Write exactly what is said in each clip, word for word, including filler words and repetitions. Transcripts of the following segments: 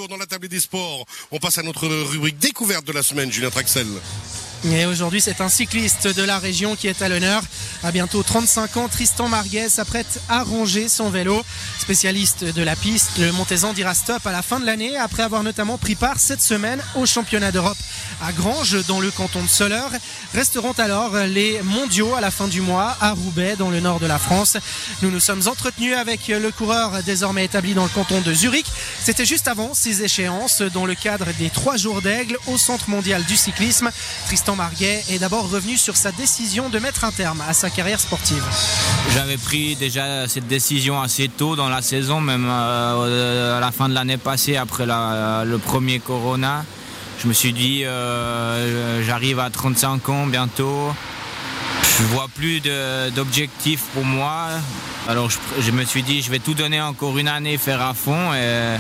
dans la table des sports. On passe à notre rubrique découverte de la semaine, Julien Traxel. Et aujourd'hui, c'est un cycliste de la région qui est à l'honneur. À bientôt trente-cinq ans, Tristan Marguet s'apprête à ranger son vélo. Spécialiste de la piste, le Montezan dira stop à la fin de l'année après avoir notamment pris part cette semaine au championnat d'Europe à Granges dans le canton de Soleure. Resteront alors les mondiaux à la fin du mois à Roubaix dans le nord de la France. Nous nous sommes entretenus avec le coureur désormais établi dans le canton de Zurich. C'était juste avant ces échéances dans le cadre des trois jours d'Aigle au Centre mondial du cyclisme. Tristan Marguet est d'abord revenu sur sa décision de mettre un terme à sa carrière sportive. J'avais pris déjà cette décision assez tôt dans la saison, même euh, à la fin de l'année passée, après la, le premier Corona. Je me suis dit, euh, j'arrive à trente-cinq ans bientôt, je ne vois plus de, d'objectifs pour moi. Alors je, je me suis dit, je vais tout donner encore une année, faire à fond. Et,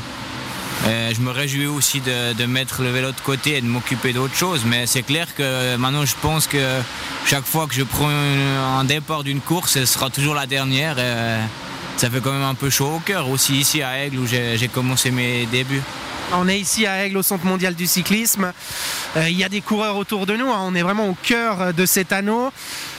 et je me réjouis aussi de, de mettre le vélo de côté et de m'occuper d'autre chose. Mais c'est clair que maintenant je pense que chaque fois que je prends un départ d'une course, ce sera toujours la dernière. Et ça fait quand même un peu chaud au cœur, aussi ici à Aigle où j'ai, j'ai commencé mes débuts. On est ici à Aigle au Centre mondial du cyclisme. Euh, il y a des coureurs autour de nous, hein. On est vraiment au cœur de cet anneau.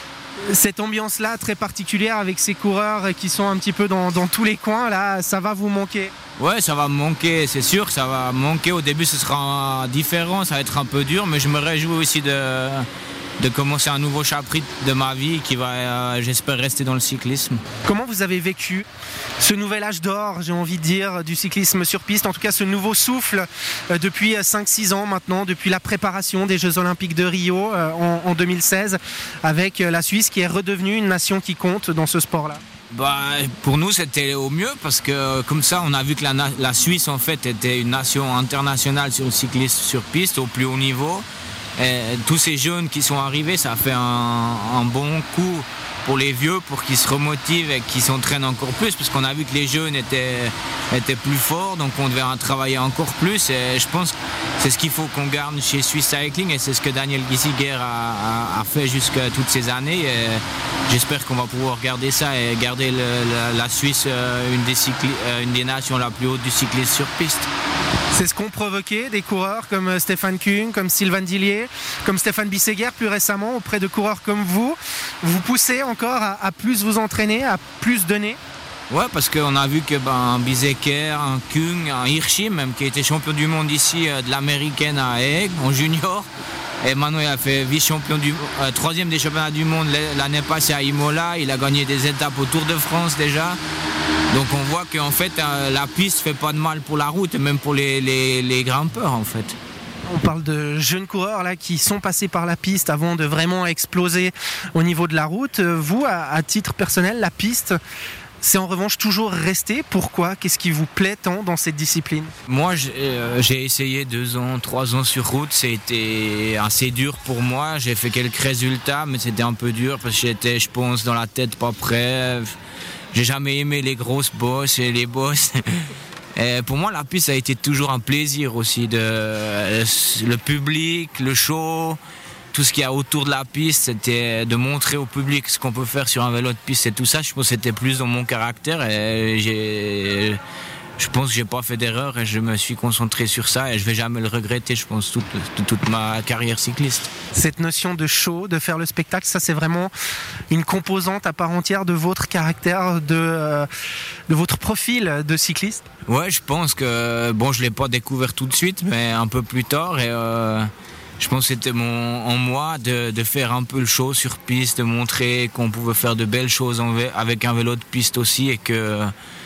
Cette ambiance-là très particulière avec ces coureurs qui sont un petit peu dans, dans tous les coins, là, ça va vous manquer? Ouais, ça va me manquer, c'est sûr que ça va me manquer. Au début, ce sera différent, ça va être un peu dur, mais je me réjouis aussi de, de commencer un nouveau chapitre de ma vie qui va, euh, j'espère, rester dans le cyclisme. Comment vous avez vécu ce nouvel âge d'or, j'ai envie de dire, du cyclisme sur piste, en tout cas ce nouveau souffle euh, depuis cinq six ans maintenant, depuis la préparation des Jeux Olympiques de Rio euh, en, en deux mille seize, avec euh, la Suisse qui est redevenue une nation qui compte dans ce sport-là? Bah, pour nous, c'était au mieux parce que comme ça, on a vu que la, la Suisse, en fait, était une nation internationale sur le cyclisme sur piste au plus haut niveau. Et tous ces jeunes qui sont arrivés, ça a fait un, un bon coup pour les vieux, pour qu'ils se remotivent et qu'ils s'entraînent encore plus, parce qu'on a vu que les jeunes étaient, étaient plus forts, donc on devait en travailler encore plus. Et je pense que c'est ce qu'il faut qu'on garde chez Swiss Cycling, et c'est ce que Daniel Giesiger a, a, a fait jusqu'à toutes ces années. Et j'espère qu'on va pouvoir garder ça et garder le, la, la Suisse une des, cycli, une des nations la plus haute du cyclisme sur piste. C'est ce qu'ont provoqué des coureurs comme Stéphane Kung, comme Sylvain Dillier, comme Stéphane Bisseguer plus récemment, auprès de coureurs comme vous. Vous poussez encore à, à plus vous entraîner, à plus donner? Ouais, parce qu'on a vu que ben, Bisseguer, un Kung, un Hirschi même, qui était champion du monde ici de l'américaine à Aigle, en junior. Et maintenant il a fait vice-champion du euh, troisième des championnats du monde l'année passée à Imola. Il a gagné des étapes au Tour de France déjà. Donc on voit qu'en fait euh, la piste fait pas de mal pour la route, et même pour les, les, les grimpeurs en fait. On parle de jeunes coureurs là qui sont passés par la piste avant de vraiment exploser au niveau de la route. Vous, à, à titre personnel, la piste, c'est en revanche toujours resté. Pourquoi? Qu'est-ce qui vous plaît tant dans cette discipline? Moi, j'ai, euh, j'ai essayé deux ans, trois ans sur route. C'était assez dur pour moi. J'ai fait quelques résultats, mais c'était un peu dur parce que j'étais, je pense, dans la tête pas prêt. J'ai jamais aimé les grosses bosses et les bosses. Et pour moi, la piste a été toujours un plaisir aussi. De, le public, le show, tout ce qu'il y a autour de la piste, c'était de montrer au public ce qu'on peut faire sur un vélo de piste et tout ça. Je pense que c'était plus dans mon caractère et j'ai, je pense que j'ai pas fait d'erreur et je me suis concentré sur ça et je vais jamais le regretter, je pense, toute, toute, toute ma carrière cycliste. Cette notion de show, de faire le spectacle, ça c'est vraiment une composante à part entière de votre caractère, de, euh, de votre profil de cycliste? Ouais, je pense que, bon, je l'ai pas découvert tout de suite, mais un peu plus tard et euh, je pense que c'était mon, en moi de, de faire un peu le show sur piste, de montrer qu'on pouvait faire de belles choses en, avec un vélo de piste aussi et que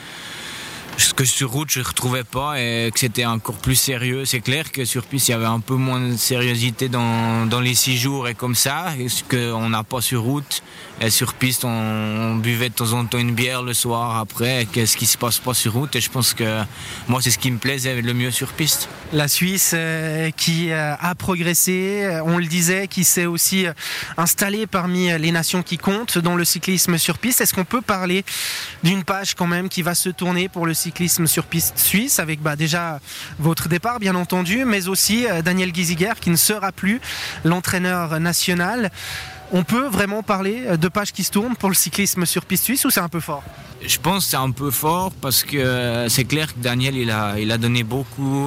ce que sur route je ne retrouvais pas et que c'était encore plus sérieux. C'est clair que sur piste il y avait un peu moins de sérieuxité dans, dans les six jours et comme ça, ce qu'on n'a pas sur route. Et sur piste on, on buvait de temps en temps une bière le soir après, qu'est-ce qui se passe pas sur route, et je pense que moi c'est ce qui me plaisait le mieux sur piste. La Suisse euh, qui euh, a progressé, on le disait, qui s'est aussi euh, installée parmi les nations qui comptent dans le cyclisme sur piste. Est-ce qu'on peut parler d'une page quand même qui va se tourner pour le cyclisme sur piste suisse avec bah, déjà votre départ bien entendu, mais aussi euh, Daniel Giesiger qui ne sera plus l'entraîneur national? On peut vraiment parler de pages qui se tournent pour le cyclisme sur piste suisse ou c'est un peu fort? Je pense que c'est un peu fort parce que c'est clair que Daniel il a, il a donné beaucoup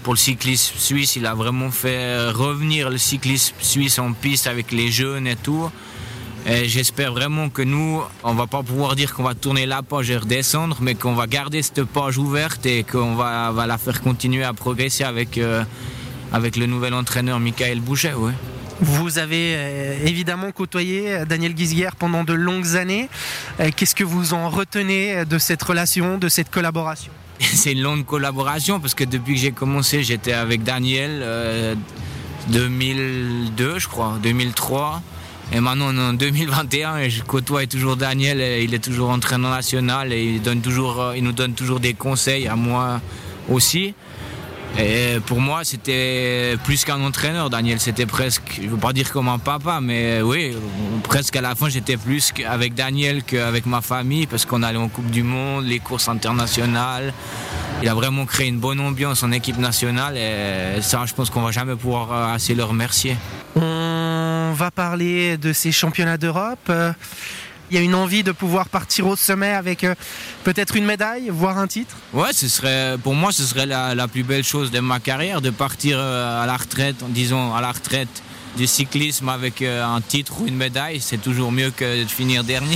pour le cyclisme suisse. Il a vraiment fait revenir le cyclisme suisse en piste avec les jeunes et tout. Et j'espère vraiment que nous, on va pas pouvoir dire qu'on va tourner la page et redescendre, mais qu'on va garder cette page ouverte et qu'on va, va la faire continuer à progresser avec, euh, avec le nouvel entraîneur Michael Boucher. Ouais. Vous avez euh, évidemment côtoyé Daniel Ghizguière pendant de longues années. Euh, qu'est-ce que vous en retenez de cette relation, de cette collaboration ? C'est une longue collaboration parce que depuis que j'ai commencé, j'étais avec Daniel euh, deux mille deux, je crois, deux mille trois. Et maintenant, on est en deux mille vingt et un et je côtoie toujours Daniel. Et il est toujours entraîneur national et il, donne toujours, il nous donne toujours des conseils, à moi aussi. Et pour moi, c'était plus qu'un entraîneur, Daniel. C'était presque, je ne veux pas dire comme un papa, mais oui, presque à la fin, j'étais plus avec Daniel qu'avec ma famille parce qu'on allait en Coupe du Monde, les courses internationales. Il a vraiment créé une bonne ambiance en équipe nationale et ça, je pense qu'on ne va jamais pouvoir assez le remercier. On va parler de ces championnats d'Europe. Il y a une envie de pouvoir partir au sommet avec euh, peut-être une médaille, voire un titre. Ouais, ce serait, pour moi, ce serait la, la plus belle chose de ma carrière, de partir euh, à la retraite, disons à la retraite du cyclisme avec euh, un titre ou une médaille. C'est toujours mieux que de finir dernier.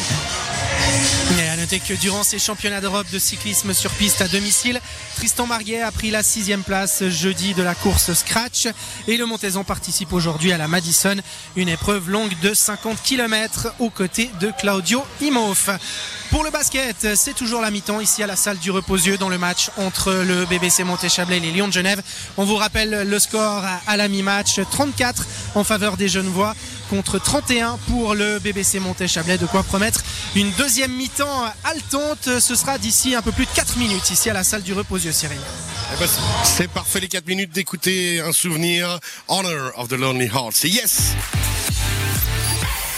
Et à noter que durant ces championnats d'Europe de cyclisme sur piste à domicile, Tristan Marguet a pris la sixième place jeudi de la course Scratch et le Montezan participe aujourd'hui à la Madison, une épreuve longue de cinquante kilomètres aux côtés de Claudio Imhoff. Pour le basket, c'est toujours la mi-temps ici à la salle du Reposieux dans le match entre le B B C Montéchablais et les Lions de Genève. On vous rappelle le score à la mi-match, trente-quatre en faveur des Genevois contre trente et un pour le B B C Montéchablais. De quoi promettre une deuxième mi-temps haletante. Ce sera d'ici un peu plus de quatre minutes ici à la salle du Reposieux, Cyril. Eh ben, c'est parfait les quatre minutes d'écouter un souvenir. Honor of the Lonely Hearts. Yes!